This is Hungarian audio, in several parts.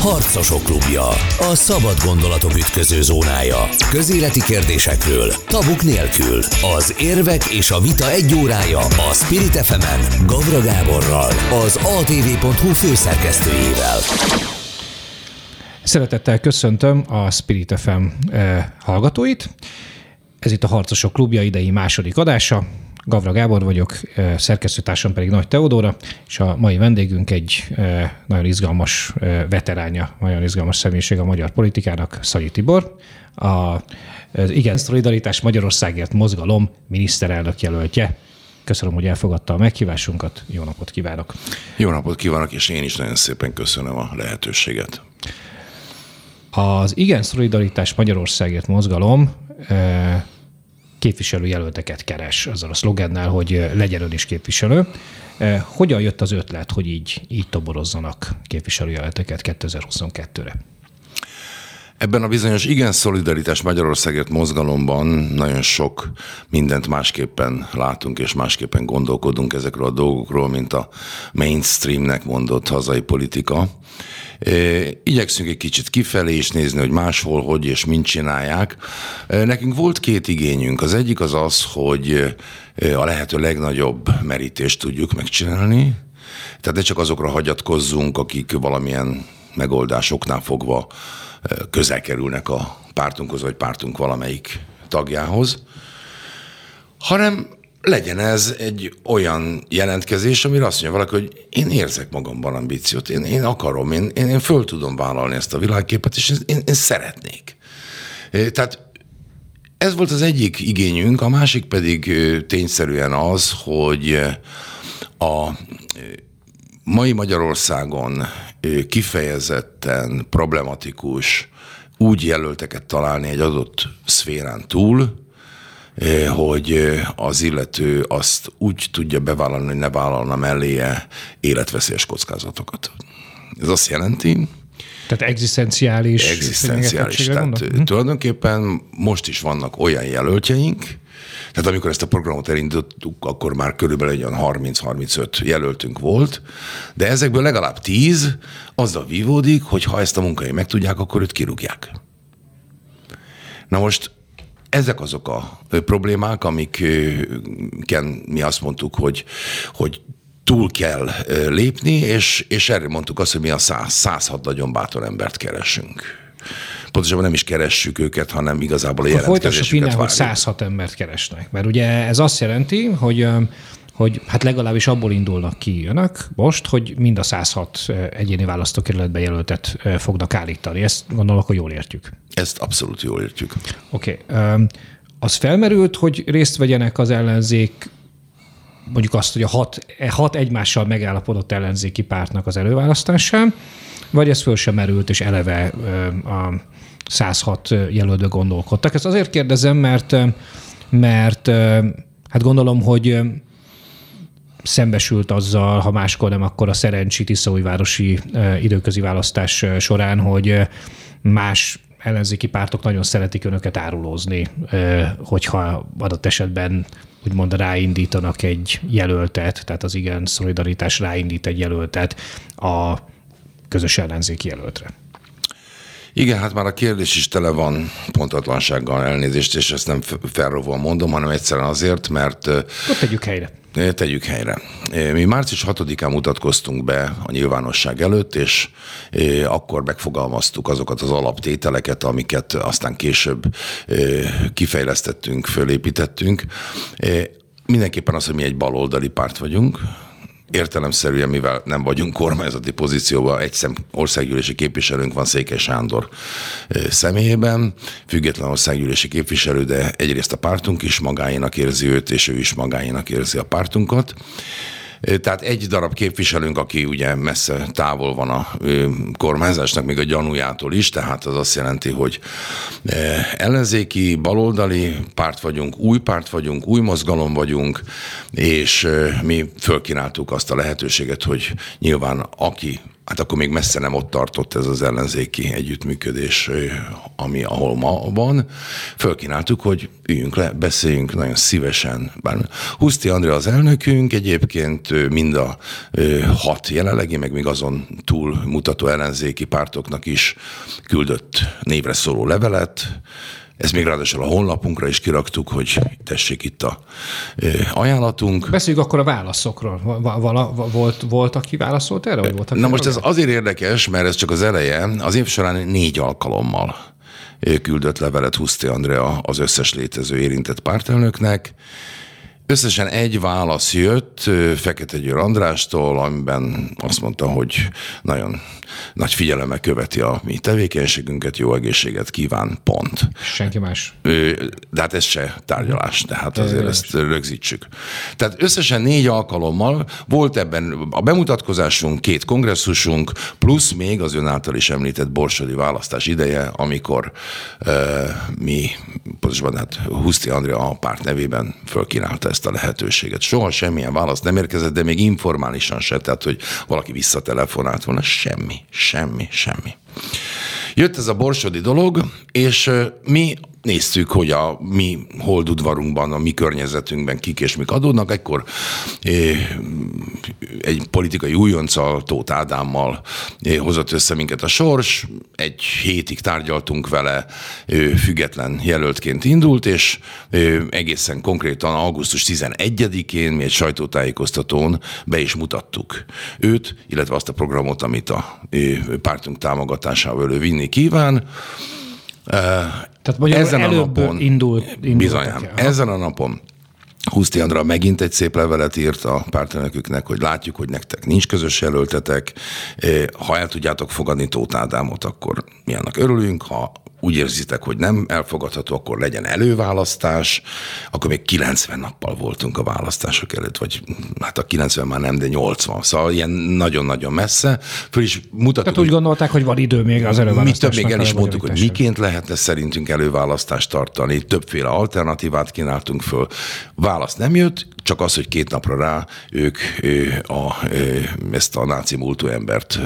Harcosok klubja. A szabad gondolatok ütköző zónája. Közéleti kérdésekről, tabuk nélkül. Az érvek és a vita egy órája a Spirit FM-en Gavra Gáborral, az ATV.hu főszerkesztőjével. Szeretettel köszöntöm a Spirit FM hallgatóit. Ez itt a Harcosok klubja idei második adása. Gavra Gábor vagyok, szerkesztőtársam pedig Nagy Teodóra, és a mai vendégünk egy nagyon izgalmas veteránja, nagyon izgalmas személyiség a magyar politikának, Szanyi Tibor, az Igen Szolidaritás Magyarországért mozgalom miniszterelnök jelöltje. Köszönöm, hogy elfogadta a meghívásunkat. Jó napot kívánok! Jó napot kívánok, és én is nagyon szépen köszönöm a lehetőséget. Az Igen Szolidaritás Magyarországért mozgalom képviselőjelölteket keres azzal a szlogennel, hogy legyen ön is képviselő. Hogyan jött az ötlet, hogy így toborozzanak képviselőjelölteket 2022-re? Ebben a bizonyos Igen Szolidaritás Magyarországért mozgalomban nagyon sok mindent másképpen látunk és másképpen gondolkodunk ezekről a dolgokról, mint a mainstreamnek mondott hazai politika. Igyekszünk egy kicsit kifelé is nézni, hogy máshol hogy és mint csinálják. Nekünk volt két igényünk. Az egyik az az, hogy a lehető legnagyobb merítést tudjuk megcsinálni. Tehát ne csak azokra hagyatkozzunk, akik valamilyen megoldásoknál fogva közel kerülnek a pártunkhoz, vagy pártunk valamelyik tagjához, hanem legyen ez egy olyan jelentkezés, amire azt mondja valaki, hogy én érzek magamban ambíciót, én akarom, én föl tudom vállalni ezt a világképet, és én szeretnék. Tehát ez volt az egyik igényünk, a másik pedig tényszerűen az, hogy a mai Magyarországon kifejezetten problematikus úgy jelölteket találni egy adott szférán túl, hogy az illető azt úgy tudja bevállalni, hogy ne vállalna melléje életveszélyes kockázatokat. Ez azt jelenti... Tehát egzisztenciális. Tehát tulajdonképpen most is vannak olyan jelöltjeink, tehát amikor ezt a programot elindítottuk, akkor már körülbelül olyan 30-35 jelöltünk volt, de ezekből legalább 10 azzal vívódik, hogy ha ezt a munkai megtudják, akkor őt kirúgják. Na most ezek azok a problémák, amiken mi azt mondtuk, hogy túl kell lépni, és erre mondtuk azt, hogy mi a 106 nagyon bátor embert keresünk. Pontosabban nem is keressük őket, hanem igazából a jelentkezésüket várjuk. Hogy 106 embert keresnek. Mert ugye ez azt jelenti, hogy hát legalábbis abból indulnak ki önök most, hogy mind a 106 egyéni választókerületben jelöltet fognak állítani. Ezt gondolok, hogy jól értjük. Ezt abszolút jól értjük. Oké. Az felmerült, hogy részt vegyenek az ellenzék, mondjuk azt, hogy a hat egymással megállapodott ellenzéki pártnak az előválasztásán, vagy ez föl sem merült, és eleve a 106 jelöltbe gondolkodtak. Ezt azért kérdezem, mert hát gondolom, hogy szembesült azzal, ha máskor nem, akkor a Szerencsi Tiszaújvárosi időközi választás során, hogy más ellenzéki pártok nagyon szeretik önöket árulózni, hogyha adott esetben úgymond ráindítanak egy jelöltet, tehát az Igen Szolidaritás ráindít egy jelöltet a közös ellenzéki jelöltre. Igen, hát már a kérdés is tele van pontatlansággal, elnézést, és ezt nem felróvóan mondom, hanem egyszerűen azért, mert... Ott tegyük helyre. Tegyük helyre. Mi március 6-án mutatkoztunk be a nyilvánosság előtt, és akkor megfogalmaztuk azokat az alaptételeket, amiket aztán később kifejlesztettünk, fölépítettünk. Mindenképpen az, hogy mi egy baloldali párt vagyunk, értelemszerűen, mivel nem vagyunk kormányzati pozícióban, egy országgyűlési képviselőnk van Székely Sándor személyében, független országgyűlési képviselő, de egyrészt a pártunk is magáénak érzi őt, és ő is magáénak érzi a pártunkat. Tehát egy darab képviselőnk, aki ugye messze távol van a kormányzásnak, még a gyanújától is, tehát az azt jelenti, hogy ellenzéki, baloldali párt vagyunk, új mozgalom vagyunk, és mi fölkínáltuk azt a lehetőséget, hogy nyilván aki hát akkor még messze nem ott tartott ez az ellenzéki együttműködés, ahol ma van. Fölkínáltuk, hogy üljünk le, beszéljünk nagyon szívesen. Huszti Andrea az elnökünk, egyébként mind a 6 jelenlegi, meg még azon túl mutató ellenzéki pártoknak is küldött névre szóló levelet. Ezt még ráadásul a honlapunkra is kiraktuk, hogy tessék itt a ajánlatunk. Beszéljük akkor a válaszokról. Volt, aki válaszolt erre? Vagy volt, aki most ez azért érdekes, mert ez csak az eleje. Az év során 4 alkalommal küldött levelet Huszti Andrea az összes létező érintett pártelnöknek. Összesen 1 válasz jött Fekete Győr Andrástól, amiben azt mondta, hogy nagyon nagy figyelemmel követi a mi tevékenységünket, jó egészséget kíván, pont. Senki más. De hát ez se tárgyalás, tehát azért ezt rögzítsük. Tehát összesen 4 alkalommal volt ebben a bemutatkozásunk, 2 kongresszusunk, plusz még az ön által is említett borsodi választás ideje, amikor mi, pontosabban hát Huszti Andrea a párt nevében fölkínálta ezt a lehetőséget. Soha semmilyen válasz nem érkezett, de még informálisan se, tehát hogy valaki visszatelefonált volna, semmi. Jött ez a borsodi dolog, és mi néztük, hogy a mi holdudvarunkban, a mi környezetünkben kik és mik adódnak, ekkor egy politikai újonccal, Tóth Ádámmal hozott össze minket a sors, 1 hétig tárgyaltunk vele, független jelöltként indult, és egészen konkrétan augusztus 11-én mi egy sajtótájékoztatón be is mutattuk őt, illetve azt a programot, amit a pártunk támogatásával ő vinni kíván. Tehát ezen a napon bizonyám, ezen a napon Huszti Andrea megint egy szép levelet írt a pártelnöküknek, hogy látjuk, hogy nektek nincs közös jelöltetek, ha el tudjátok fogadni Tóth Ádámot, akkor mi annak örülünk, ha úgy érzitek, hogy nem elfogadható, akkor legyen előválasztás, akkor még 90 nappal voltunk a választások előtt, vagy hát a 90 már nem, de 80, szóval ilyen nagyon-nagyon messze. Föl is mutattuk. Tehát úgy gondolták, hogy van idő még az előválasztásnak. Mi több még el is mondtuk, hogy miként lehetne szerintünk előválasztást tartani, többféle alternatívát kínáltunk föl. Válasz nem jött, csak az, hogy 2 napra rá ők ezt a náci múltú embert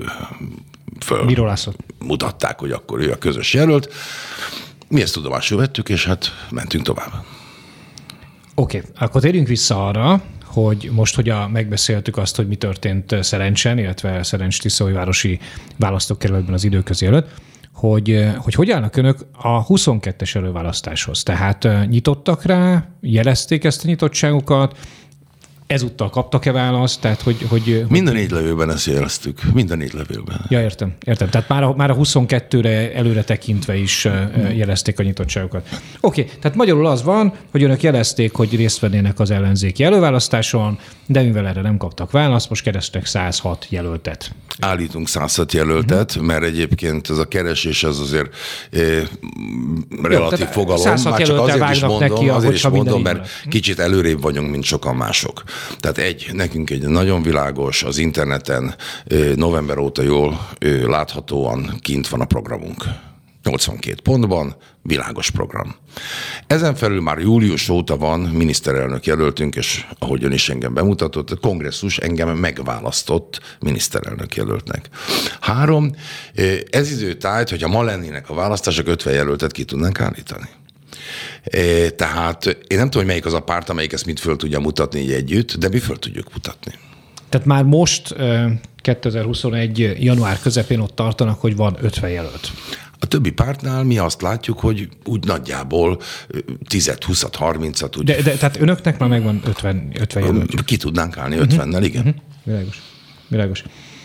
mutatták, hogy akkor ő a közös jelölt. Mi ezt tudomásul vettük, és hát mentünk tovább. Oké, akkor térjünk vissza arra, hogy most, hogy megbeszéltük azt, hogy mi történt Szerencsen, illetve Szerencs-Tiszaújvárosi választókerületben az időközi előtt, hogy állnak önök a 22-es előválasztáshoz. Tehát nyitottak rá, jelezték ezt a nyitottságukat, ezúttal kaptak-e választ? Tehát, hogy minden 4 levélben ezt jeleztük. Minden 4 levélben. Ja, értem. Tehát már a 22-re előre tekintve is jelezték a nyitottságukat. Oké, tehát magyarul az van, hogy önök jelezték, hogy részt vennének az ellenzéki előválasztáson, de mivel erre nem kaptak választ, most kerestek 106 jelöltet. Állítunk 106 jelöltet, mert egyébként ez a keresés az azért relatív fogalom. Már csak azért is mondom, mert kicsit előrébb vagyunk, mint sokan mások. Tehát nekünk egy nagyon világos, az interneten november óta jól láthatóan kint van a programunk. 82 pontban, világos program. Ezen felül már július óta van miniszterelnök jelöltünk, és ahogy ön is engem bemutatott, a kongresszus engem megválasztott miniszterelnök jelöltnek. 3, ez időtájt, hogyha ma lennének a választások, 50 jelöltet ki tudnánk állítani. Tehát én nem tudom, hogy melyik az a párt, amelyik ezt mind föl tudja mutatni így együtt, de mi föl tudjuk mutatni. Tehát már most 2021. január közepén ott tartanak, hogy van 50 jelölt. A többi pártnál mi azt látjuk, hogy úgy nagyjából 10-20, 30-at. Úgy... De tehát önöknek már megvan 50 jelölt. Ki tudnánk állni 50-nel, igen. Világos.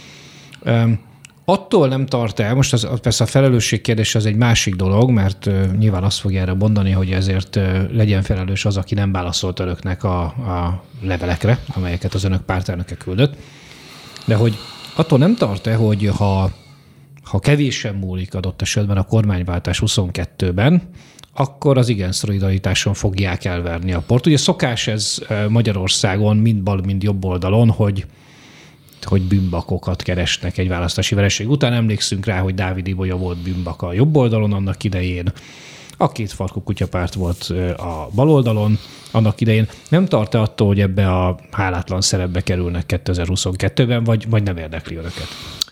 Attól nem tart el, most az persze a felelősség kérdés az egy másik dolog, mert nyilván azt fogja erre mondani, hogy ezért legyen felelős az, aki nem válaszolt önöknek a levelekre, amelyeket az önök pártelnöke küldött. De hogy attól nem tart el, hogy ha kevésen múlik adott esetben a kormányváltás 22-ben, akkor az igen szolidaritáson fogják elverni a port. Ugye szokás ez Magyarországon mind bal, mind jobb oldalon, hogy bűnbakokat keresnek egy választási vereség után. Emlékszünk rá, hogy Dávid Ibolya volt bűnbak a jobb oldalon annak idején, a Két farkú kutyapárt volt a bal oldalon annak idején. Nem tart-e attól, hogy ebbe a hálátlan szerepbe kerülnek 2022-ben, vagy nem érdekli önöket?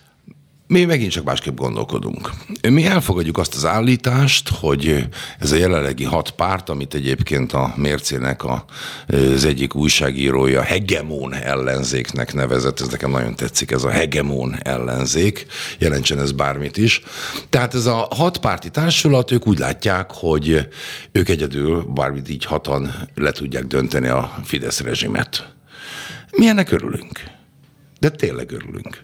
Mi megint csak másképp gondolkodunk. Mi elfogadjuk azt az állítást, hogy ez a jelenlegi 6 párt, amit egyébként a Mércének az egyik újságírója hegemon ellenzéknek nevezett, ez nekem nagyon tetszik, ez a hegemon ellenzék, jelentsen ez bármit is. Tehát ez a 6 párti társulat, ők úgy látják, hogy ők egyedül, bármit így 6-an le tudják dönteni a Fidesz rezsimet. Mi ennek örülünk. De tényleg örülünk.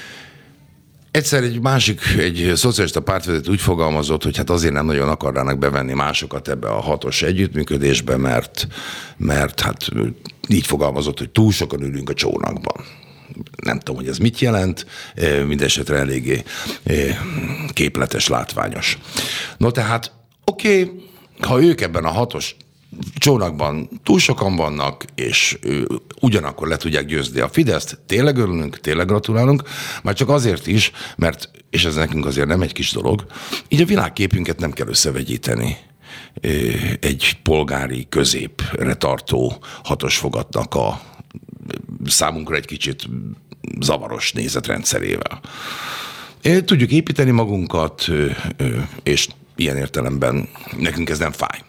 Egyszer egy szocialista pártvezető úgy fogalmazott, hogy hát azért nem nagyon akarnának bevenni másokat ebbe a 6-os együttműködésbe, mert hát így fogalmazott, hogy túl sokan ülünk a csónakban. Nem tudom, hogy ez mit jelent, mindesetre eléggé képletes, látványos. No tehát, oké, ha ők ebben a 6-os csónakban túl sokan vannak, és ugyanakkor le tudják győzni a Fideszt, tényleg örülünk, tényleg gratulálunk, már csak azért is, mert, és ez nekünk azért nem egy kis dolog, így a világképünket nem kell összevegyíteni egy polgári középre tartó 6-os fogatnak a számunkra egy kicsit zavaros nézetrendszerével. Tudjuk építeni magunkat, és ilyen értelemben nekünk ez nem fáj.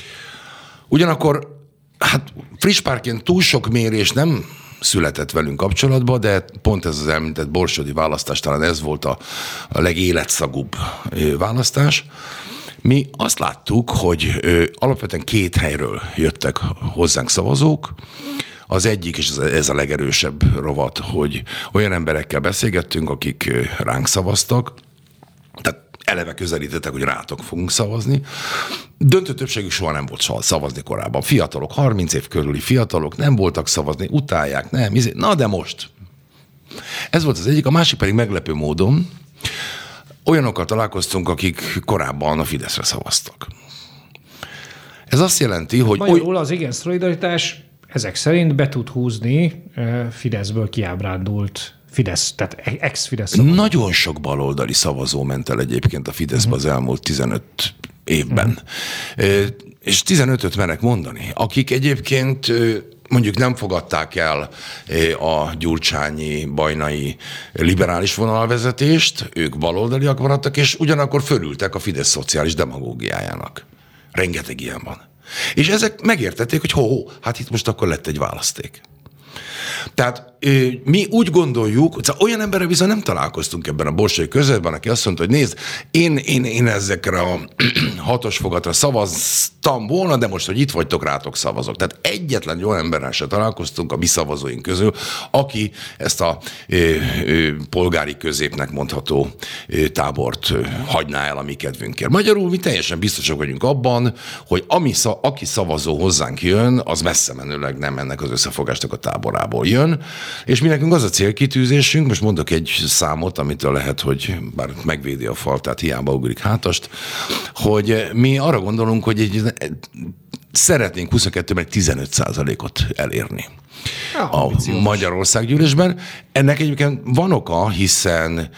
Ugyanakkor, hát friss pártként túl sok mérés nem született velünk kapcsolatban, de pont ez az említett borsodi választás, talán ez volt a legéletszagúbb választás. Mi azt láttuk, hogy alapvetően 2 helyről jöttek hozzánk szavazók. Az egyik, és ez a legerősebb rovat, hogy olyan emberekkel beszélgettünk, akik ránk szavaztak, tehát eleve közelítettek, hogy rátok fogunk szavazni. Döntő többségük soha nem volt szavazni korábban. Fiatalok, 30 év körüli fiatalok nem voltak szavazni, utálják, nem, na de most. Ez volt az egyik, a másik pedig meglepő módon olyanokkal találkoztunk, akik korábban a Fideszre szavaztak. Ez azt jelenti, hogy... Magyarul az igen szolidaritás ezek szerint be tud húzni Fideszből kiábrándult Fidesz, tehát ex-Fidesz szavazó. Nagyon sok baloldali szavazó ment el egyébként a Fideszbe az elmúlt 15 évben. És 15-öt merek mondani, akik egyébként mondjuk nem fogadták el a gyurcsányi, bajnai liberális vonalvezetést, ők baloldaliak maradtak, és ugyanakkor fölültek a Fidesz szociális demagógiájának. Rengeteg ilyen van. És ezek megértették, hogy hát itt most akkor lett egy választék. Tehát mi úgy gondoljuk, hogy olyan emberrel viszont nem találkoztunk ebben a borsodi közösben, aki azt mondta, hogy nézd, én ezekre a 6-os fogatra szavaztam volna, de most, hogy itt vagytok, rátok szavazok. Tehát egyetlen olyan emberrel se találkoztunk a mi szavazóink közül, aki ezt a polgári középnek mondható tábort hagyná el a mi kedvünkért. Magyarul mi teljesen biztosak vagyunk abban, hogy aki szavazó hozzánk jön, az messze menőleg nem ennek az összefogásnak a táborából jön, és mi nekünk az a célkitűzésünk, most mondok egy számot, amitől lehet, hogy bár megvédi a fal, tehát hiába ugrik hátast, hogy mi arra gondolunk, hogy szeretnénk 22-ben 15%-ot elérni a Magyarországgyűlésben. Ennek egyébként van oka, hiszen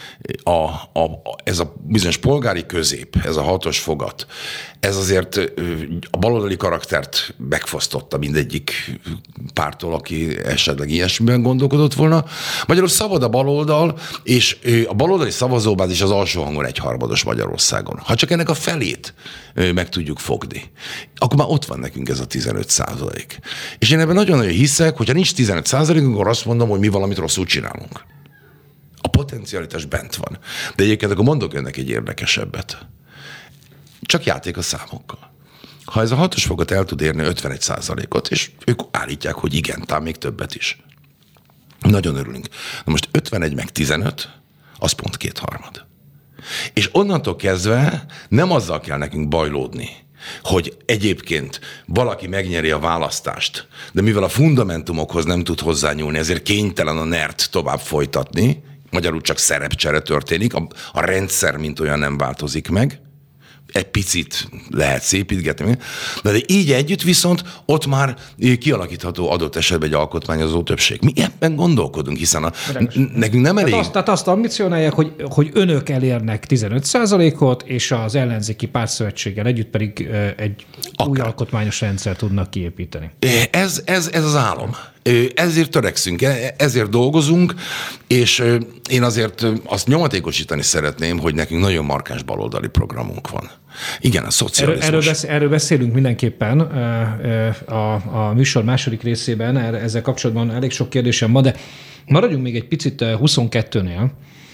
ez a bizonyos polgári közép, ez a 6-os fogat, ez azért a baloldali karaktert megfosztotta mindegyik pártól, aki esetleg ilyesmiben gondolkodott volna. Magyarul szabad a baloldal, és a baloldali szavazóbázis az alsó hangon 1/3 Magyarországon. Ha csak ennek a felét meg tudjuk fogni, akkor már ott van nekünk ez a 15%. És én ebben nagyon-nagyon hiszek, hogyha nincs 15%, akkor azt mondom, hogy mi valamit rosszul csinálunk. A potencialitás bent van. De egyébként akkor mondok önnek egy érdekesebbet. Csak játék a számokkal. Ha ez a 6-os fogat el tud érni 51%-ot, és ők állítják, hogy igen, talán még többet is. Nagyon örülünk. Na most 51 meg 15, az pont 2/3. És onnantól kezdve nem azzal kell nekünk bajlódni, hogy egyébként valaki megnyeri a választást, de mivel a fundamentumokhoz nem tud hozzányúlni, ezért kénytelen a NER-t tovább folytatni, magyarul csak szerepcsere történik, a rendszer mint olyan nem változik meg, egy picit lehet szépítgetni, de így együtt viszont ott már kialakítható adott esetben egy alkotmányozó többség. Mi ebben gondolkodunk, hiszen nekünk nem elég... Tehát azt ambicionálják, hogy önök elérnek 15%-ot, és az ellenzéki pártszövetséggel együtt pedig egy új alkotmányos rendszer tudnak kiépíteni. Ez az álom. Ezért törekszünk, ezért dolgozunk, és én azért azt nyomatékosítani szeretném, hogy nekünk nagyon markáns baloldali programunk van. Igen, a szocializmus. Erről beszélünk mindenképpen a műsor második részében, ezzel kapcsolatban elég sok kérdésem van, de maradjunk még egy picit 22-nél,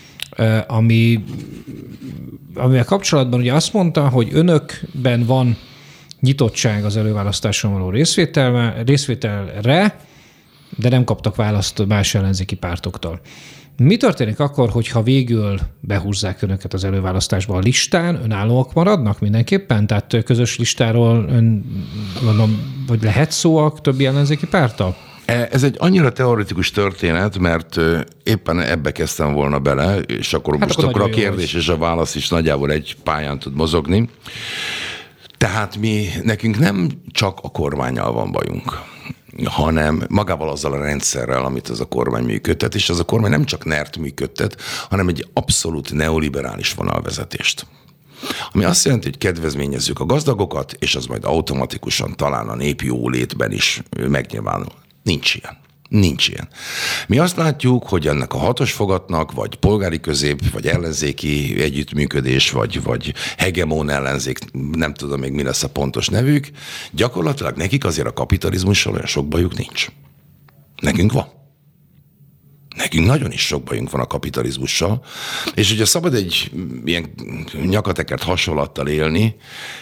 amivel kapcsolatban ugye azt mondta, hogy önökben van nyitottság az előválasztáson való részvételre, de nem kaptak választ más ellenzéki pártoktól. Mi történik akkor, hogyha végül behúzzák önöket az előválasztásba a listán, önállóak maradnak mindenképpen? Tehát közös listáról mondom, vagy lehet szó a többi ellenzéki párttal? Ez egy annyira teoretikus történet, mert éppen ebbe kezdtem volna bele, és akkor most akkor a kérdés és a válasz is nagyjából egy pályán tud mozogni. Tehát nekünk nem csak a kormánnyal van bajunk, hanem magával azzal a rendszerrel, amit az a kormány működtet, és az a kormány nem csak NER-t működtet, hanem egy abszolút neoliberális vonalvezetést. Ami azt jelenti, hogy kedvezményezzük a gazdagokat, és az majd automatikusan talán a nép jólétben is megnyilvánul. Nincs ilyen. Nincs ilyen. Mi azt látjuk, hogy ennek a hatos fogatnak, vagy polgári közép, vagy ellenzéki együttműködés, vagy hegemon ellenzék, nem tudom még mi lesz a pontos nevük, gyakorlatilag nekik azért a kapitalizmussal olyan sok bajuk nincs. Nekünk van. Nekünk nagyon is sok bajunk van a kapitalizmussal, és hogyha szabad egy ilyen nyakatekert hasonlattal élni,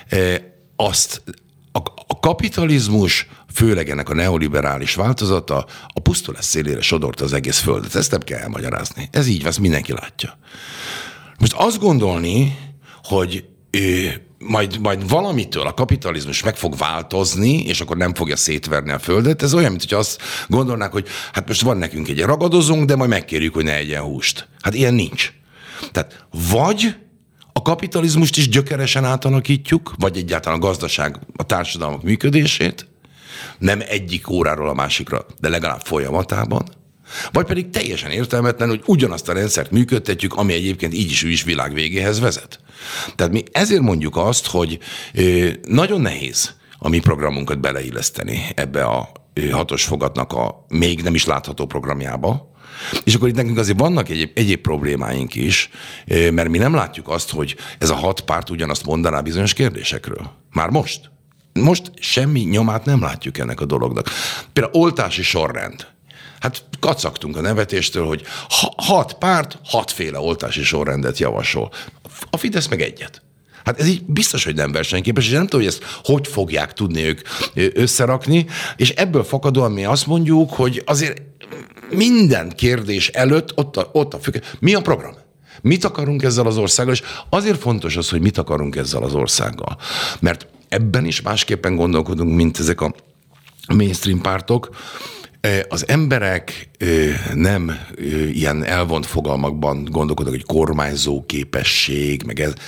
a kapitalizmus, főleg ennek a neoliberális változata, a pusztulás szélére sodorta az egész földet. Ezt nem kell elmagyarázni. Ez így van, ezt mindenki látja. Most azt gondolni, hogy majd valamitől a kapitalizmus meg fog változni, és akkor nem fogja szétverni a földet, ez olyan, mint hogy azt gondolnák, hogy hát most van nekünk egy ragadozónk, de majd megkérjük, hogy ne egyen húst. Hát ilyen nincs. Tehát vagy a kapitalizmust is gyökeresen átalakítjuk, vagy egyáltalán a gazdaság, a társadalmak működését, nem egyik óráról a másikra, de legalább folyamatában, vagy pedig teljesen értelmetlen, hogy ugyanazt a rendszert működtetjük, ami egyébként így is ő is világ végéhez vezet. Tehát mi ezért mondjuk azt, hogy nagyon nehéz a mi programunkat beleilleszteni ebbe a hatos fogatnak a még nem is látható programjába. És akkor itt nekünk azért vannak egyéb problémáink is, mert mi nem látjuk azt, hogy ez a 6 párt ugyanazt mondaná bizonyos kérdésekről. Már most. Most semmi nyomát nem látjuk ennek a dolognak. Például oltási sorrend. Hát kacagtunk a nevetéstől, hogy 6 párt 6 féle oltási sorrendet javasol. A Fidesz meg egyet. Hát ez így biztos, hogy nem versenyképes, és nem tudom, hogy ezt hogy fogják tudni ők összerakni, és ebből fakadóan mi azt mondjuk, hogy azért minden kérdés előtt ott a függ. Mi a program? Mit akarunk ezzel az országgal? És azért fontos az, hogy mit akarunk ezzel az országgal. Mert ebben is másképpen gondolkodunk, mint ezek a mainstream pártok. Az emberek nem ilyen elvont fogalmakban gondolkodnak, hogy kormányzó képesség, meg ez.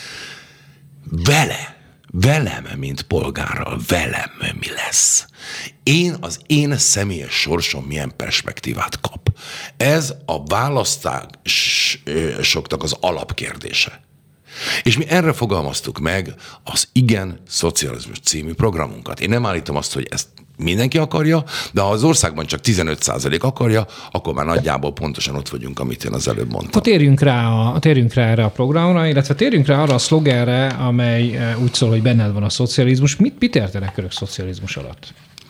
Velem, mint polgárral, velem mi lesz? Az én személyes sorsom milyen perspektívát kap? Ez a választásoknak az alapkérdése. És mi erre fogalmaztuk meg az Igen Szocializmus című programunkat. Én nem állítom azt, hogy ezt mindenki akarja, de ha az országban csak 15% akarja, akkor már nagyjából pontosan ott vagyunk, amit én az előbb mondtam. Térjünk rá erre a programra, illetve térjünk rá arra a szlogenre, amely úgy szól, hogy benned van a szocializmus. Mit értenek önök szocializmus alatt?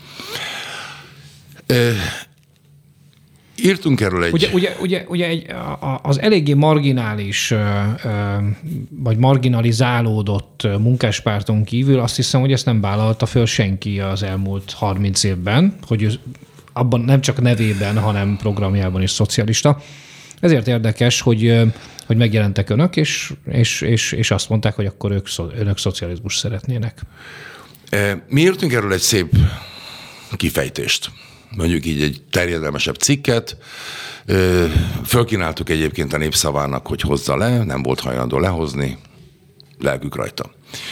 Írtunk erről egy... Ugye az eléggé marginális, vagy marginalizálódott munkáspárton kívül azt hiszem, hogy ezt nem vállalta föl senki az elmúlt 30 évben, hogy abban nem csak nevében, hanem programjában is szocialista. Ezért érdekes, hogy megjelentek önök, és azt mondták, hogy akkor önök szocializmus szeretnének. Mi írtunk erről egy szép kifejtést. Mondjuk így egy terjedelmesebb cikket, fölkínáltuk egyébként a Népszavának, hogy hozza le, nem volt hajlandó lehozni, lelkük rajta.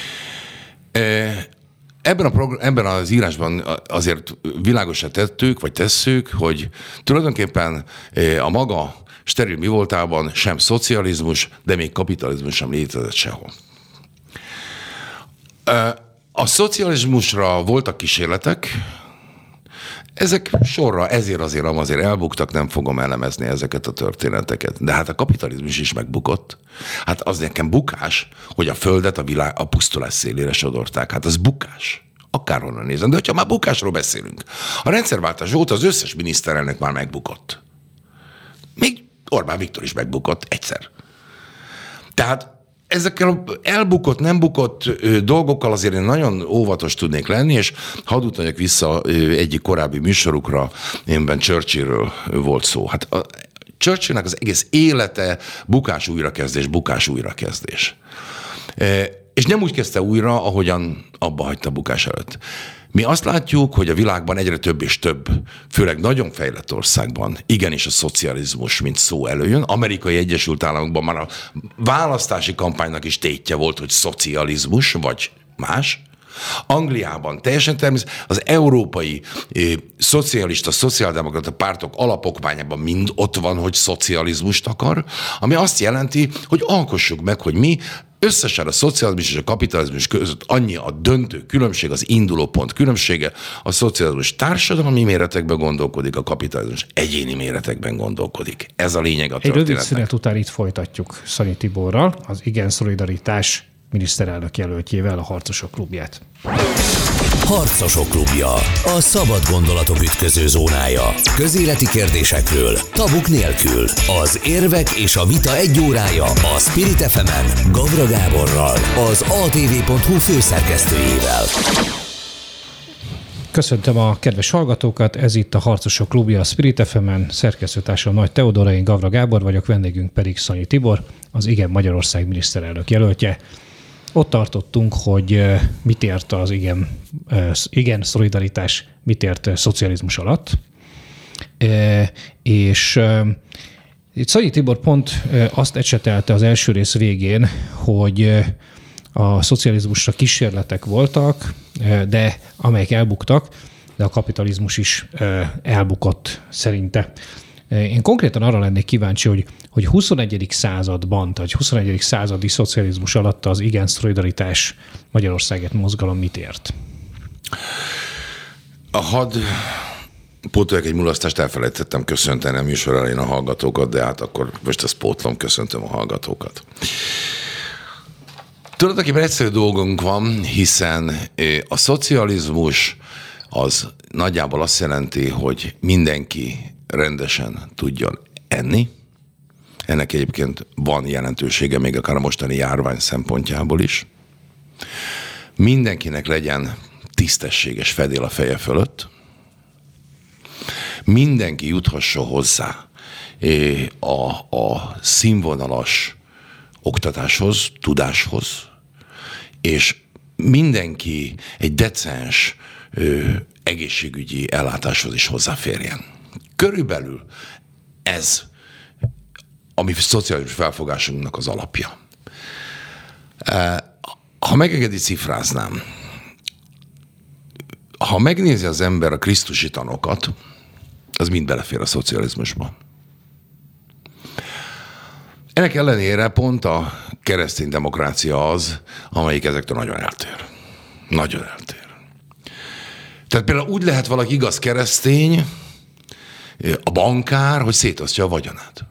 Ebben az írásban azért világosra tesszük, hogy tulajdonképpen a maga steril mi voltában sem szocializmus, de még kapitalizmus sem létezett sehol. A szocializmusra voltak kísérletek, Ezek sorra ezért azért elbuktak, nem fogom elemezni ezeket a történeteket. De hát a kapitalizmus is megbukott. Hát az nekem bukás, hogy a földet a pusztulás szélére sodorták. Hát az bukás. Akárhonnan nézem. De hogyha már bukásról beszélünk. A rendszerváltás óta az összes miniszterelnök már megbukott. Még Orbán Viktor is megbukott egyszer. Tehát ezekkel elbukott, nem bukott dolgokkal azért én nagyon óvatos tudnék lenni, és hadd utaljak vissza egyik korábbi műsorukra, énben Churchillről volt szó. Hát a Churchillnek az egész élete bukás újrakezdés. És nem úgy kezdte újra, ahogyan abba hagyta bukás előtt. Mi azt látjuk, hogy a világban egyre több és több, főleg nagyon fejlett országban igenis a szocializmus, mint szó előjön. Amerikai Egyesült Államokban már a választási kampánynak is tétje volt, hogy szocializmus, vagy más. Angliában teljesen természetesen az európai szocialista, szociáldemokrata pártok alapokmányában mind ott van, hogy szocializmust akar, ami azt jelenti, hogy alkossuk meg, hogy mi összesen a szocializmus és a kapitalizmus között annyi a döntő különbség, az indulópont különbsége, a szocializmus társadalmi méretekben gondolkodik, a kapitalizmus egyéni méretekben gondolkodik. Ez a lényeg a történetnek. Egy rövid szünet után itt folytatjuk Szanyi Tiborral, az Igen Szolidaritás miniszterelnök jelöltjével, a Harcosok Klubját. Harcosok Klubja. A szabad gondolatok ütköző zónája. Közéleti kérdésekről, tabuk nélkül. Az érvek és a vita egy órája a Spirit FM-en Gavra Gáborral, az atv.hu főszerkesztőjével. Köszöntöm a kedves hallgatókat, ez itt a Harcosok Klubja a Spirit FM-en, szerkesztőtársam Nagy Teodóra, én Gavra Gábor vagyok, vendégünk pedig Szanyi Tibor, az Igen Magyarország miniszterelnök jelöltje. Ott tartottunk, hogy mit ért az Igen Szolidaritás, mit ért szocializmus alatt. És itt Szanyi Tibor pont azt ecsetelte az első rész végén, hogy a szocializmusra kísérletek voltak, de amelyek elbuktak, de a kapitalizmus is elbukott szerinte. Én konkrétan arra lennék kíváncsi, hogy 21. században, tehát 21. századi szocializmus alatt az Igen Szolidaritás Magyarországért mozgalom mit ért? Hadd pótoljak egy mulasztást, elfelejtettem köszönteni a műsor elején a hallgatókat, de hát akkor most ezt pótlom, köszöntöm a hallgatókat. Tulajdonképpen egyszerű dolgunk van, hiszen a szocializmus az nagyjából azt jelenti, hogy mindenki rendesen tudjon enni. Ennek egyébként van jelentősége még akár a mostani járvány szempontjából is. Mindenkinek legyen tisztességes fedél a feje fölött. Mindenki juthasson hozzá a színvonalas oktatáshoz, tudáshoz, és mindenki egy decens egészségügyi ellátáshoz is hozzáférjen. Körülbelül ez a mi szociális felfogásunknak az alapja. Ha megengedi, cifráznám. Ha megnézi az ember a krisztusi tanokat, az mind belefér a szocializmusba. Ennek ellenére pont a keresztény demokrácia az, amelyik ezektől nagyon eltér. Nagyon eltér. Tehát például úgy lehet valaki igaz keresztény, a bankár, hogy szétosztja a vagyonát.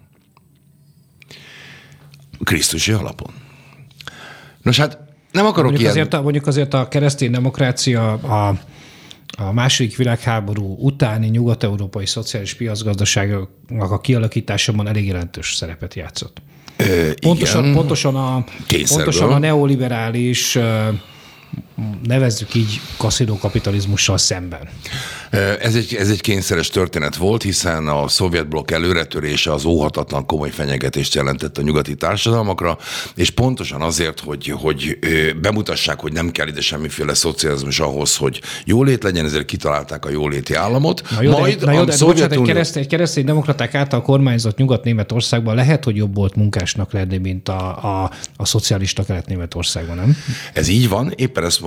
Krisztusi alapon. Nos hát nem akarok mondjuk azért a keresztény demokrácia a második világháború utáni nyugat-európai szociális piacgazdaságnak a kialakításában elég jelentős szerepet játszott. Pontosan a neoliberális, nevezzük így, kaszinókapitalizmussal szemben. Ez egy kényszeres történet volt, hiszen a szovjet blokk előretörése az óhatatlan komoly fenyegetést jelentett a nyugati társadalmakra, és pontosan azért, hogy bemutassák, hogy nem kell ide semmiféle szocializmus ahhoz, hogy jólét legyen, ezért kitalálták a jóléti államot. Egy keresztény demokraták által kormányzott Nyugat-Németországban lehet, hogy jobb volt munkásnak lenni, mint a szocialista Kelet-Németországban, nem? Ez így van, éppen ezt mondom,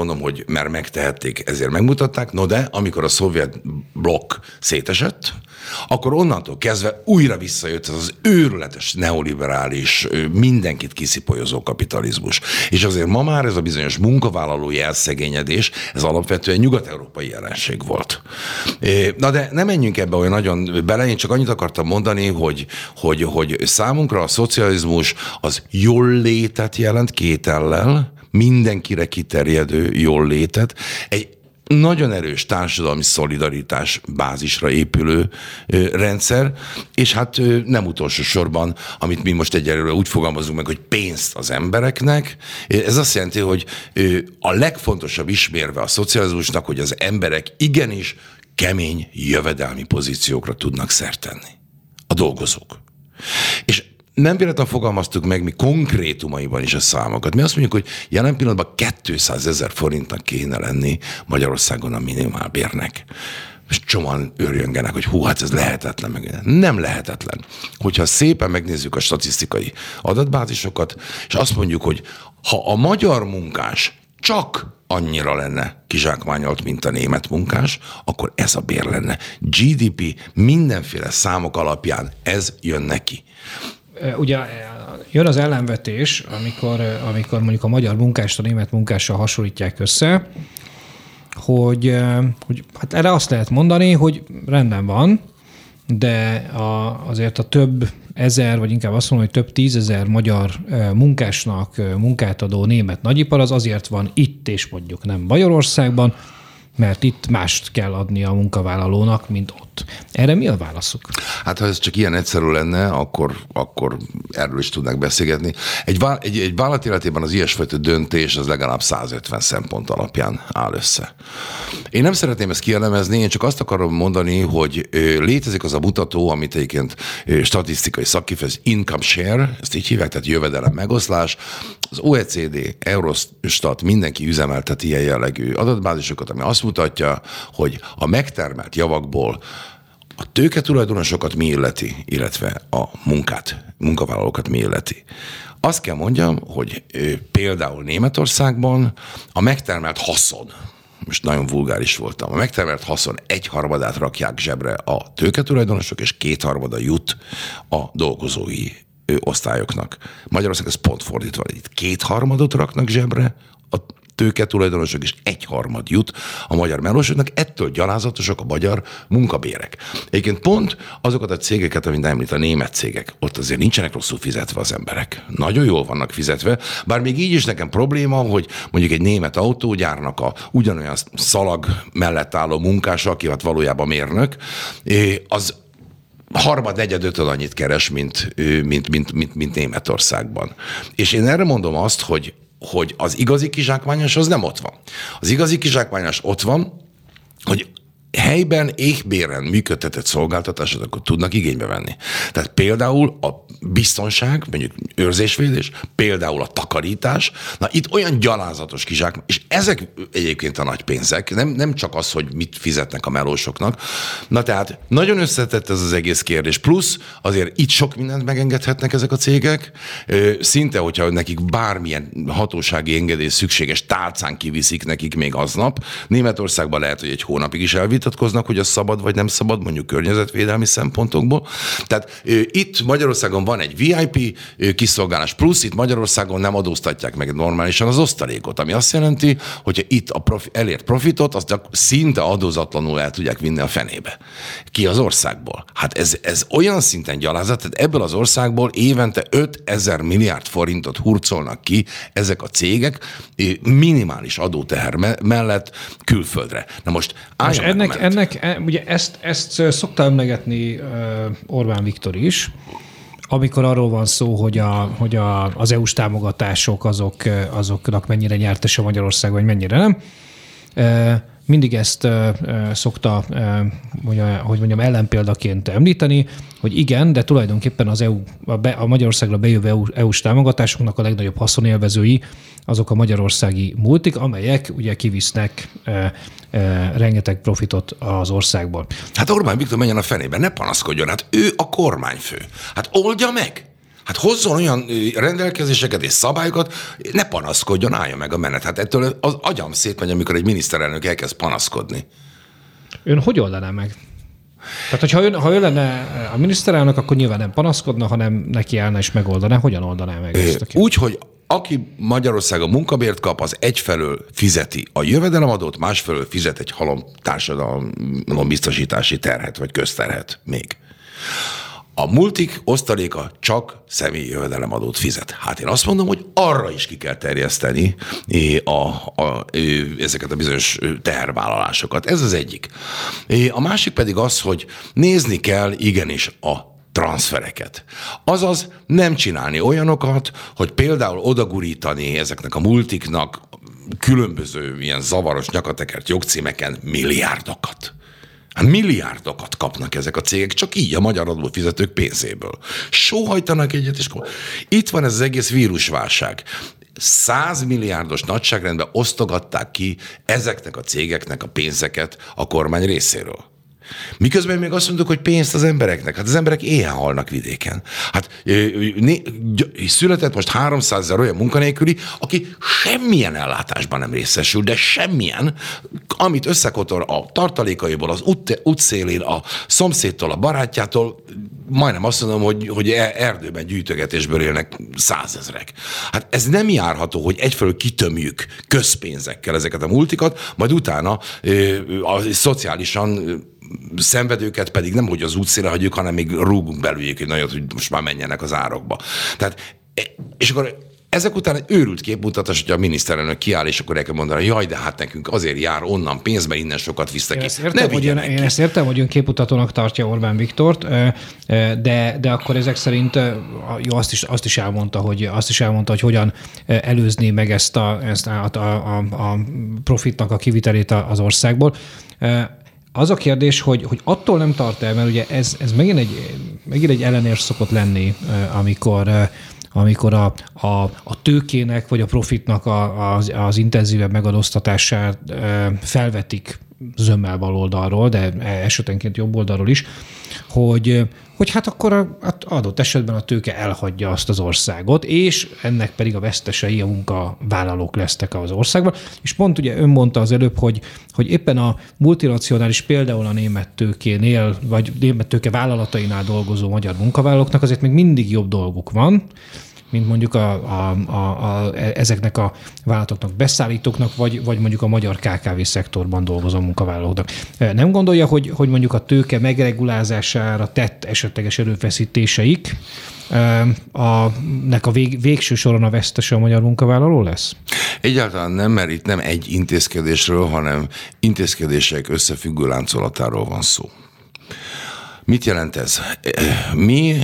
mondom, hogy mert megtehették, ezért megmutatták, no de amikor a szovjet blokk szétesett, akkor onnantól kezdve újra visszajött ez az őrületes neoliberális, mindenkit kiszipolyozó kapitalizmus. És azért ma már ez a bizonyos munkavállalói elszegényedés, ez alapvetően nyugat-európai jelenség volt. Na de nem menjünk ebbe olyan nagyon bele, én csak annyit akartam mondani, hogy számunkra a szocializmus az jól létet jelent kétellel, mindenkire kiterjedő jól létet, egy nagyon erős társadalmi szolidaritás bázisra épülő rendszer, és hát nem utolsó sorban, amit mi most egyelőre úgy fogalmazunk meg, hogy pénzt az embereknek. Ez azt jelenti, hogy a legfontosabb ismérve a szocializmusnak, hogy az emberek igenis kemény jövedelmi pozíciókra tudnak szert tenni. A dolgozók. És nem véletlenül fogalmaztuk meg mi konkrétumaiban is a számokat. Mi azt mondjuk, hogy jelen pillanatban 200 000 forintnak kéne lenni Magyarországon a minimálbérnek. És csomóan őrjöngenek, hogy hú, hát ez lehetetlen. Meg. Nem lehetetlen. Hogyha szépen megnézzük a statisztikai adatbázisokat, és azt mondjuk, hogy ha a magyar munkás csak annyira lenne kizsákmányolt, mint a német munkás, akkor ez a bér lenne. GDP mindenféle számok alapján ez jön neki. Ugye jön az ellenvetés, amikor mondjuk a magyar munkást a német munkással hasonlítják össze, hogy hát erre azt lehet mondani, hogy rendben van, de azért a több ezer, vagy inkább azt mondom, hogy több tízezer magyar munkásnak munkát adó német nagyipar az azért van itt, és mondjuk nem Magyarországban, mert itt mást kell adni a munkavállalónak, mint ott. Erre mi a válaszuk? Hát ha ez csak ilyen egyszerű lenne, akkor erről is tudnánk beszélgetni. Egy vállalat életében az ilyesfajta döntés az legalább 150 szempont alapján áll össze. Én nem szeretném ezt kielemezni, én csak azt akarom mondani, hogy létezik az a mutató, amit egyébként statisztikai szakkifejezés, income share, ezt így hívják, tehát jövedelem megoszlás. Az OECD, Eurostat, mindenki üzemelteti ilyen jellegű adatbázisokat, ami azt mutatja, hogy a megtermelt javakból a tőketulajdonosokat mi illeti, illetve a munkavállalókat mi illeti. Azt kell mondjam, hogy például Németországban a megtermelt haszon, most nagyon vulgáris voltam, a megtermelt haszon 1/3 rakják zsebre a tőketulajdonosok, és 2/3 jut a dolgozói osztályoknak. Magyarország ez pont fordítva, itt 2/3 raknak zsebre a tőketulajdonosok, és 1/3 jut a magyar melósoknak, ettől gyalázatosak a magyar munkabérek. Egyébként pont azokat a cégeket, amit említ, a német cégek, ott azért nincsenek rosszul fizetve az emberek. Nagyon jól vannak fizetve, bár még így is nekem probléma, hogy mondjuk egy német autógyárnak ugyanolyan szalag mellett álló munkása, aki hát valójában mérnök, az 3/4-5 annyit keres, mint Németországban. És én erre mondom azt, hogy az igazi kizsákmányos az nem ott van. Az igazi kizsákmányos ott van, hogy helyben, éhbéren működtetett szolgáltatásot akkor tudnak igénybe venni. Tehát például a biztonság, mondjuk őrzésvédés, például a takarítás, na itt olyan gyalázatos kizsákmányos, és ezek egyébként a nagy pénzek, nem csak az, hogy mit fizetnek a melósoknak. Na tehát nagyon összetett ez az egész kérdés, plusz azért itt sok mindent megengedhetnek ezek a cégek, szinte, hogyha nekik bármilyen hatósági engedély szükséges, tálcán kiviszik nekik még aznap. Németországban lehet, hogy egy hónapig is elvitatkoznak, hogy az szabad vagy nem szabad, mondjuk környezetvédelmi szempontokból. Tehát itt Magyarországon van egy VIP kiszolgálás, plusz itt Magyarországon nem adóztatják meg normálisan az osztalékot, ami azt jelenti, hogyha itt elért profitot, azt szinte adózatlanul el tudják vinni a fenébe. Ki az országból? Hát ez olyan szinten gyalázat, tehát ebből az országból évente 5000 milliárd forintot hurcolnak ki ezek a cégek minimális adóteher mellett külföldre. Na most ennek ugye ezt szokta emlegetni Orbán Viktor is, amikor arról van szó, hogy az EU-s támogatások azoknak mennyire nyertes a Magyarország, vagy mennyire nem. Mindig ezt szokta, hogy mondjam, ellenpéldaként említeni, hogy igen, de tulajdonképpen az a Magyarországra bejövő EU-s támogatásoknak a legnagyobb haszonélvezői azok a magyarországi multik, amelyek ugye kivisznek rengeteg profitot az országból. Hát Orbán Viktor menjen a fenébe, ne panaszkodjon, hát ő a kormányfő. Hát oldja meg! Hát hozzon olyan rendelkezéseket és szabályokat, ne panaszkodjon, állja meg a menet. Hát ettől az agyam szétmegy, amikor egy miniszterelnök elkezd panaszkodni. Ön hogy oldaná meg? Tehát, ha ő lenne a miniszterelnök, akkor nyilván nem panaszkodna, hanem neki állna és megoldaná. Hogyan oldaná meg ezt? Úgy, hogy aki Magyarországon munkabért kap, az egyfelől fizeti a jövedelemadót, másfelől fizet egy halom társadalombiztosítási terhet, vagy közterhet még. A multik osztaléka csak személyi jövedelemadót fizet. Hát én azt mondom, hogy arra is ki kell terjeszteni ezeket a bizonyos tehervállalásokat. Ez az egyik. A másik pedig az, hogy nézni kell igenis a transfereket. Azaz nem csinálni olyanokat, hogy például odagurítani ezeknek a multiknak különböző ilyen zavaros nyakatekert jogcímeken milliárdokat. Hát milliárdokat kapnak ezek a cégek, csak így a magyar adófizetők pénzéből. Sóhajtanak egyet, és itt van ez az egész vírusválság. 100 milliárdos nagyságrendben osztogatták ki ezeknek a cégeknek a pénzeket a kormány részéről. Miközben még azt mondjuk, hogy pénzt az embereknek. Hát az emberek éhen halnak vidéken. Hát született most 300 000 olyan munkanélküli, aki semmilyen ellátásban nem részesül, de semmilyen, amit összekotol a tartalékaiból, az útszélén, a szomszédtól, a barátjától, majdnem azt mondom, hogy erdőben gyűjtögetésből élnek 100 000. Hát ez nem járható, hogy egyfelől kitömjük közpénzekkel ezeket a multikat, majd utána szociálisan szenvedőket pedig nem, hogy az útszélre hagyjuk, hanem még rúgunk belőjük egy nagyot, hogy most már menjenek az árokba. Tehát, és akkor ezek után egy őrült képmutatás, hogy a miniszterelnök kiáll, és akkor el kell mondani, jaj, de hát nekünk azért jár onnan pénz, mert innen sokat visztek ki. Én ezt értem, hogy ön képmutatónak tartja Orbán Viktort, de akkor ezek szerint jó, azt is elmondta, hogy hogyan előzni meg ezt a profitnak a kivitelét az országból. Az a kérdés, hogy attól nem tart el, mert ugye ez megint egy ellenérv szokott lenni, amikor a tőkének vagy a profitnak az intenzívebb megadóztatását felvetik zömmel bal oldalról, de esetenként jobb oldalról is, hogy hát akkor adott esetben a tőke elhagyja azt az országot, és ennek pedig a vesztesei a munkavállalók lesznek az országban. És pont ugye ön mondta az előbb, hogy éppen a multinacionális, például a német tőkénél, vagy német tőke vállalatainál dolgozó magyar munkavállalóknak azért még mindig jobb dolguk van, mint mondjuk ezeknek a vállalatoknak, beszállítóknak, vagy mondjuk a magyar KKV szektorban dolgozó munkavállalóknak. Nem gondolja, hogy mondjuk a tőke megregulázására tett esetleges erőfeszítéseik nek a végső soron a vesztese a magyar munkavállaló lesz? Egyáltalán nem, mert itt nem egy intézkedésről, hanem intézkedések összefüggő láncolatáról van szó. Mit jelent ez? Mi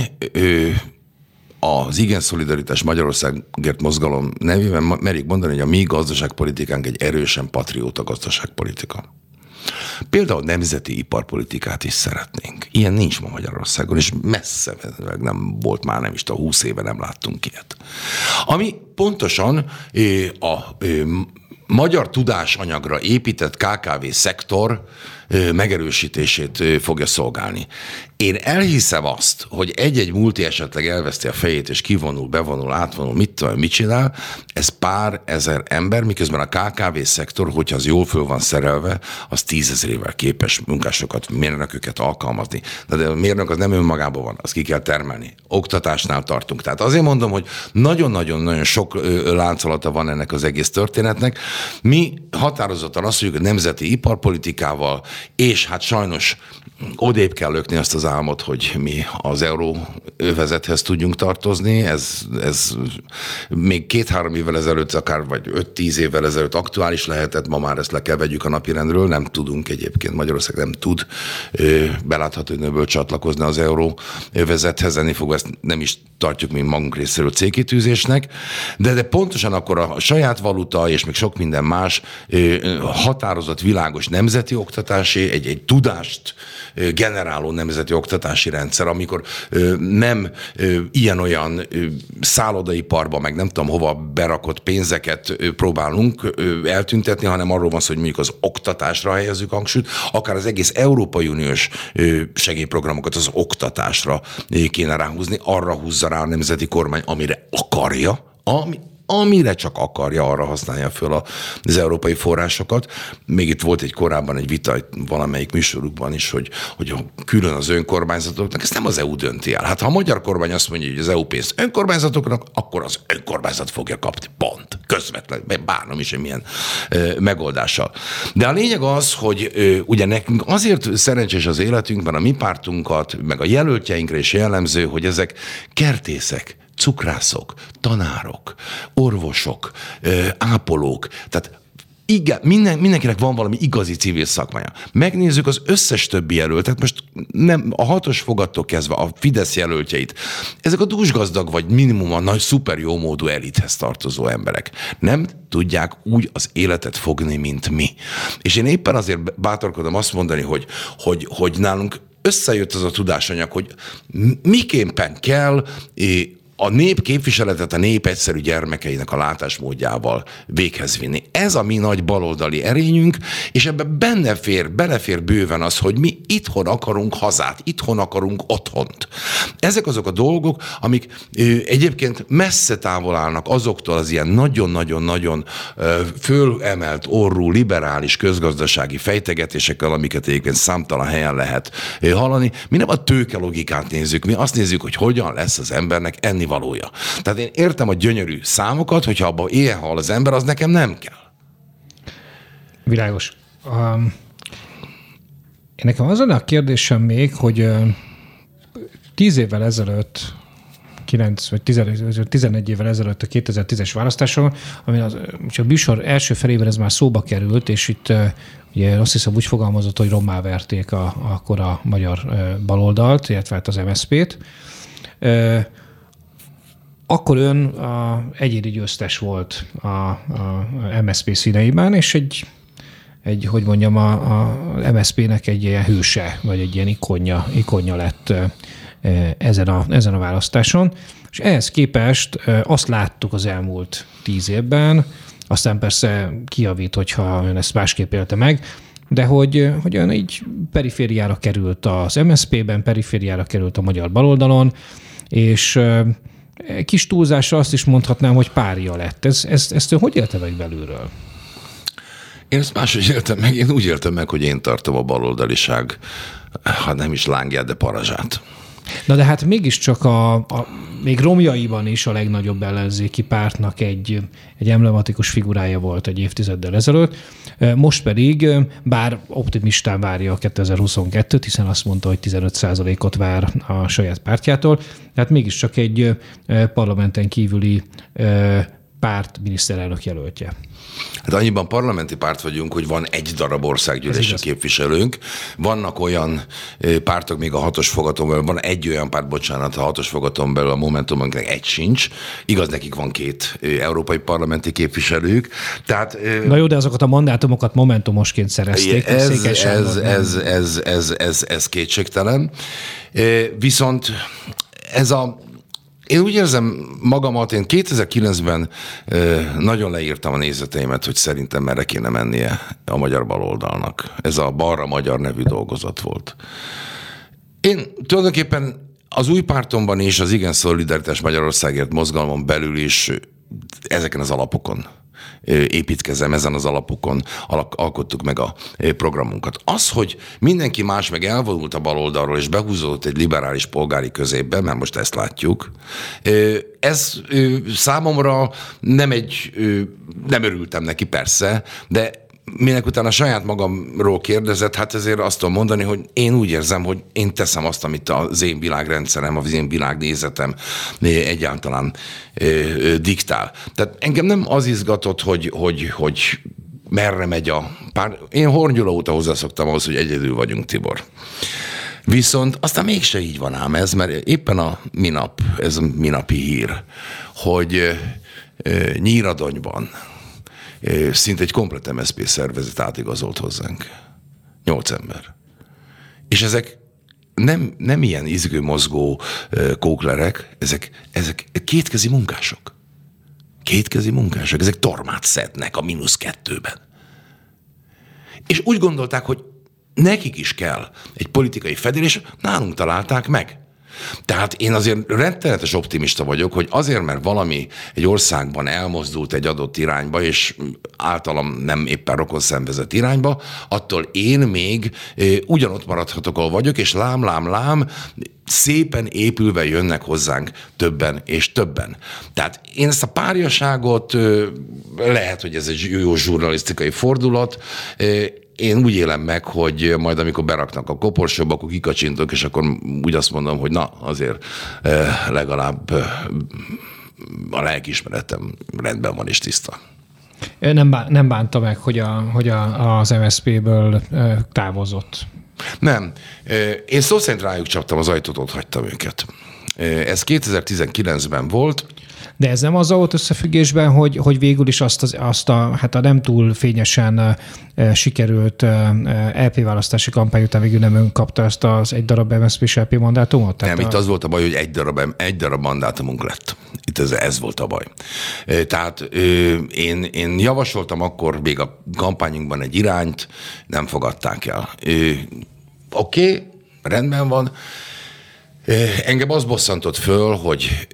az Igen Szolidaritás Magyarországért mozgalom nevében merik mondani, hogy a mi gazdaságpolitikánk egy erősen patrióta gazdaságpolitika. Például nemzeti iparpolitikát is szeretnénk. Ilyen nincs ma Magyarországon, és messze nem volt már, nem is 20 éve nem láttunk ilyet. Ami pontosan a magyar tudásanyagra épített KKV szektor megerősítését fogja szolgálni. Én elhiszem azt, hogy egy-egy multi esetleg elveszti a fejét, és kivonul, bevonul, átvonul, mit csinál, ez pár ezer ember, miközben a KKV szektor, hogyha az jól föl van szerelve, az 10 000-ével képes munkásokat, mérnököket alkalmazni. De a mérnök az nem önmagában van, azt ki kell termelni. Oktatásnál tartunk. Tehát azért mondom, hogy nagyon-nagyon sok láncolata van ennek az egész történetnek. Mi határozottan azt mondjuk, hogy nemzeti iparpolitikával, és hát sajnos odébb kell lökni azt az álmot, hogy mi az euróövezethez tudjunk tartozni. Ez még 2-3 évvel ezelőtt, akár vagy 5-10 évvel ezelőtt aktuális lehetett, ma már ezt le kell vegyük a napirendről. Nem tudunk egyébként, Magyarország nem tud belátható időből csatlakozni az euróövezethez, ennél fogva ezt nem is tartjuk mi magunk részéről célkitűzésnek, de pontosan akkor a saját valuta és még sok minden más határozott, világos nemzeti oktatási, egy tudást generáló nemzeti oktatási rendszer, amikor nem ilyen-olyan szállodaiparba, meg nem tudom hova berakott pénzeket próbálunk eltüntetni, hanem arról van szó, hogy mondjuk az oktatásra helyezzük hangsúlyt, akár az egész Európai Uniós segélyprogramokat az oktatásra kéne ráhúzni, arra húzza rá a nemzeti kormány, amire akarja, amire csak akarja, arra használja föl az európai forrásokat. Még itt volt korábban egy vita valamelyik műsorukban is, hogy külön az önkormányzatoknak, ezt nem az EU dönti el. Hát ha a magyar kormány azt mondja, hogy az EU pénzt önkormányzatoknak, akkor az önkormányzat fogja kapni. Pont. Közvetlen. Bárnom is, hogy milyen megoldással. De a lényeg az, hogy ugye nekünk azért szerencsés az életünkben, a mi pártunkat, meg a jelöltjeinkre is jellemző, hogy ezek kertészek, cukrászok, tanárok, orvosok, ápolók, tehát igen, mindenkinek van valami igazi civil szakmája. Megnézzük az összes többi jelöltet, most nem a 6-os fogattól kezdve a Fidesz jelöltjeit, ezek a dúsgazdag vagy minimum a nagy szuper jó módú elithez tartozó emberek. Nem tudják úgy az életet fogni, mint mi. És én éppen azért bátorkodom azt mondani, hogy nálunk összejött az a tudásanyag, hogy miképpen kell a nép képviseletet a nép egyszerű gyermekeinek a látásmódjával véghez vinni. Ez a mi nagy baloldali erényünk, és ebben belefér bőven az, hogy mi itthon akarunk hazát, itthon akarunk otthont. Ezek azok a dolgok, amik egyébként messze távol állnak azoktól az ilyen nagyon-nagyon-nagyon fölemelt orrú, liberális közgazdasági fejtegetésekkel, amiket egyébként számtalan helyen lehet hallani. Mi nem a tőke logikát nézzük, mi azt nézzük, hogy hogyan lesz az embernek ennivalója. Tehát én értem a gyönyörű számokat, hogyha abban éhen hal az ember, az nekem nem kell. Világos. Nekem az a kérdésem még, hogy 10 évvel ezelőtt, 9 vagy 11 évvel ezelőtt a 2010-es választáson, ami a műsor első felében ez már szóba került, és itt ugye azt hiszem úgy fogalmazott, hogy rommá verték akkor a magyar baloldalt, illetve az MSZP-t. Akkor ön egyéni győztes volt a MSZP színeiben, és hogy mondjam, a MSZP-nek egy ilyen hőse, vagy egy ilyen ikonja lett ezen a választáson. És ehhez képest azt láttuk az elmúlt 10 évben, aztán persze kijavít, hogyha ön ezt másképp élte meg, de hogy ön így perifériára került az MSZP-ben, perifériára került a magyar baloldalon, és kis túlzásra azt is mondhatnám, hogy párja lett. Ezt ön hogy élte meg belülről? Én ezt máshogy éltem meg. Én úgy éltem meg, hogy én tartom a baloldaliság, hát nem is lángját, de parazsát. Na de hát mégiscsak még romjaiban is a legnagyobb ellenzéki pártnak egy emblematikus figurája volt egy évtizeddel ezelőtt. Most pedig, bár optimistán várja a 2022-t, hiszen azt mondta, hogy 15%-ot vár a saját pártjától, tehát mégiscsak egy parlamenten kívüli párt miniszterelnök jelöltje. Hát annyiban parlamenti párt vagyunk, hogy van egy darab országgyűlési képviselőnk. Vannak olyan pártok még a 6-os fogaton belül, van egy olyan párt, bocsánat, a 6-os fogaton belül a Momentumnak egy sincs. Igaz, nekik van 2 európai parlamenti képviselőjük. Tehát, na jó, de azokat a mandátumokat momentumosként szerezték. Ez kétségtelen. Viszont én úgy érzem magamat, én 2009-ben nagyon leírtam a nézeteimet, hogy szerintem merre kéne mennie a magyar baloldalnak. Ez a Balra Magyar nevű dolgozat volt. Én tulajdonképpen az új pártomban is, az Igen Szolidaritás Magyarországért mozgalmon belül is ezeken az alapokon építkezem, ezen az alapokon alkottuk meg a programunkat. Az, hogy mindenki más meg elvonult a baloldalról, és behúzódott egy liberális polgári középbe, mert most ezt látjuk, ez számomra nem örültem neki persze, de minek utána saját magamról kérdezett, hát ezért azt tudom mondani, hogy én úgy érzem, hogy én teszem azt, amit az én világrendszerem, az én világnézetem egyáltalán diktál. Tehát engem nem az izgatott, hogy merre megy a pár. Én Horn Gyula óta hozzászoktam ahhoz, hogy egyedül vagyunk, Tibor. Viszont aztán mégse így van ám ez, mert éppen ez a minapi hír, hogy Nyíradonyban szinte egy komplet MSZP szervezet átigazolt hozzánk. 8 ember. És ezek nem ilyen izgő-mozgó kóklerek, ezek kétkezi munkások. Kétkezi munkások, ezek tormát szednek a -2-ben. És úgy gondolták, hogy nekik is kell egy politikai fedélés, nálunk találták meg. Tehát én azért rettenetes optimista vagyok, hogy azért, mert valami egy országban elmozdult egy adott irányba, és általam nem éppen rokonszenvezett irányba, attól én még ugyanott maradhatok, ahol vagyok, és lám, szépen épülve jönnek hozzánk többen és többen. Tehát én ezt a párjaságot, lehet, hogy ez egy jó zsurnalisztikai fordulat, én úgy élem meg, hogy majd amikor beraknak a koporsóba, akkor kikacsintok, és akkor úgy azt mondom, hogy na, azért legalább a lelkiismeretem rendben van és tiszta. Nem bánta meg, hogy az MSZP-ből távozott. Nem. Én szó szerint rájuk csaptam az ajtót, ott hagytam őket. Ez 2019-ben volt. De ez nem azzal volt összefüggésben, hogy végül is azt a nem túl fényesen sikerült LP választási kampány után végül nem ön kapta ezt az egy darab MSZP-s LP mandátumot? Nem, itt az volt a baj, hogy egy darab mandátumunk lett. Itt ez volt a baj. Tehát én javasoltam akkor még a kampányunkban egy irányt, nem fogadták el. Oké, rendben van. Engem az bosszantott föl, hogy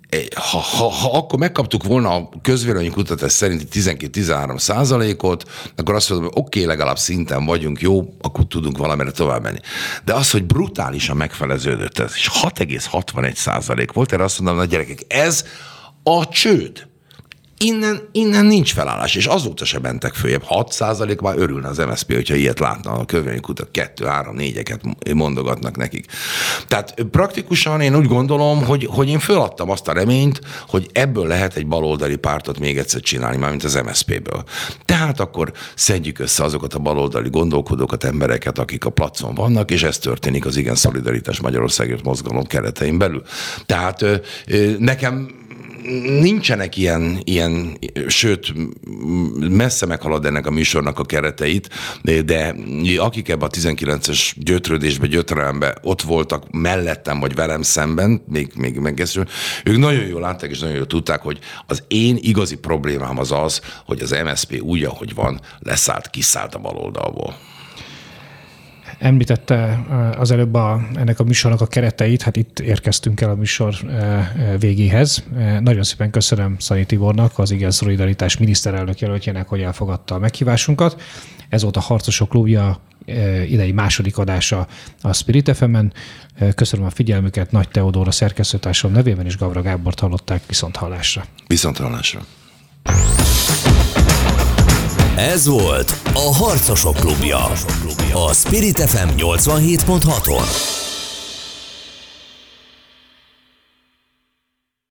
ha akkor megkaptuk volna a közvéleménykutatás szerinti 12-13%-ot, akkor azt mondom, hogy oké, legalább szinten vagyunk, jó, akkor tudunk valamire tovább menni. De az, hogy brutálisan megfeleződött ez, és 6,61% volt, erre azt mondom, na gyerekek, ez a csőd. Innen nincs felállás, és azóta se mentek följebb. 6% már örülne az MSZP, hogyha ilyet látna a közvéleménykutat, 2-3-4-eket mondogatnak nekik. Tehát praktikusan én úgy gondolom, hogy én föladtam azt a reményt, hogy ebből lehet egy baloldali pártot még egyszer csinálni, mármint az MSZP-ből. Tehát akkor szedjük össze azokat a baloldali gondolkodókat, embereket, akik a placon vannak, és ez történik az Igen Szolidaritás Magyarországért mozgalom keretein belül. Tehát nekem nincsenek ilyen, sőt, messze meghalad ennek a műsornak a kereteit, de akik ebben a 19-es gyötrődésbe, gyötrelembe ott voltak mellettem, vagy velem szemben, még megkezdően, ők nagyon jól látták, és nagyon jól tudták, hogy az én igazi problémám az, hogy az MSZP úgy, ahogy van, kiszállt a baloldalból. Említette az előbb ennek a műsornak a kereteit, hát itt érkeztünk el a műsor végéhez. Nagyon szépen köszönöm Szanyi Tibornak, az Igen Szolidaritás miniszterelnök jelöltjének, hogy elfogadta a meghívásunkat. Ez volt a Harcosok Klubja idei második adása a Spirit FM-en. Köszönöm a figyelmüket, Nagy Teodóra szerkesztőtársam nevében, és Gavra Gábort hallották. Viszonthallásra. Viszonthallásra. Ez volt a Harcosok Klubja. A Spirit FM 87.6-on.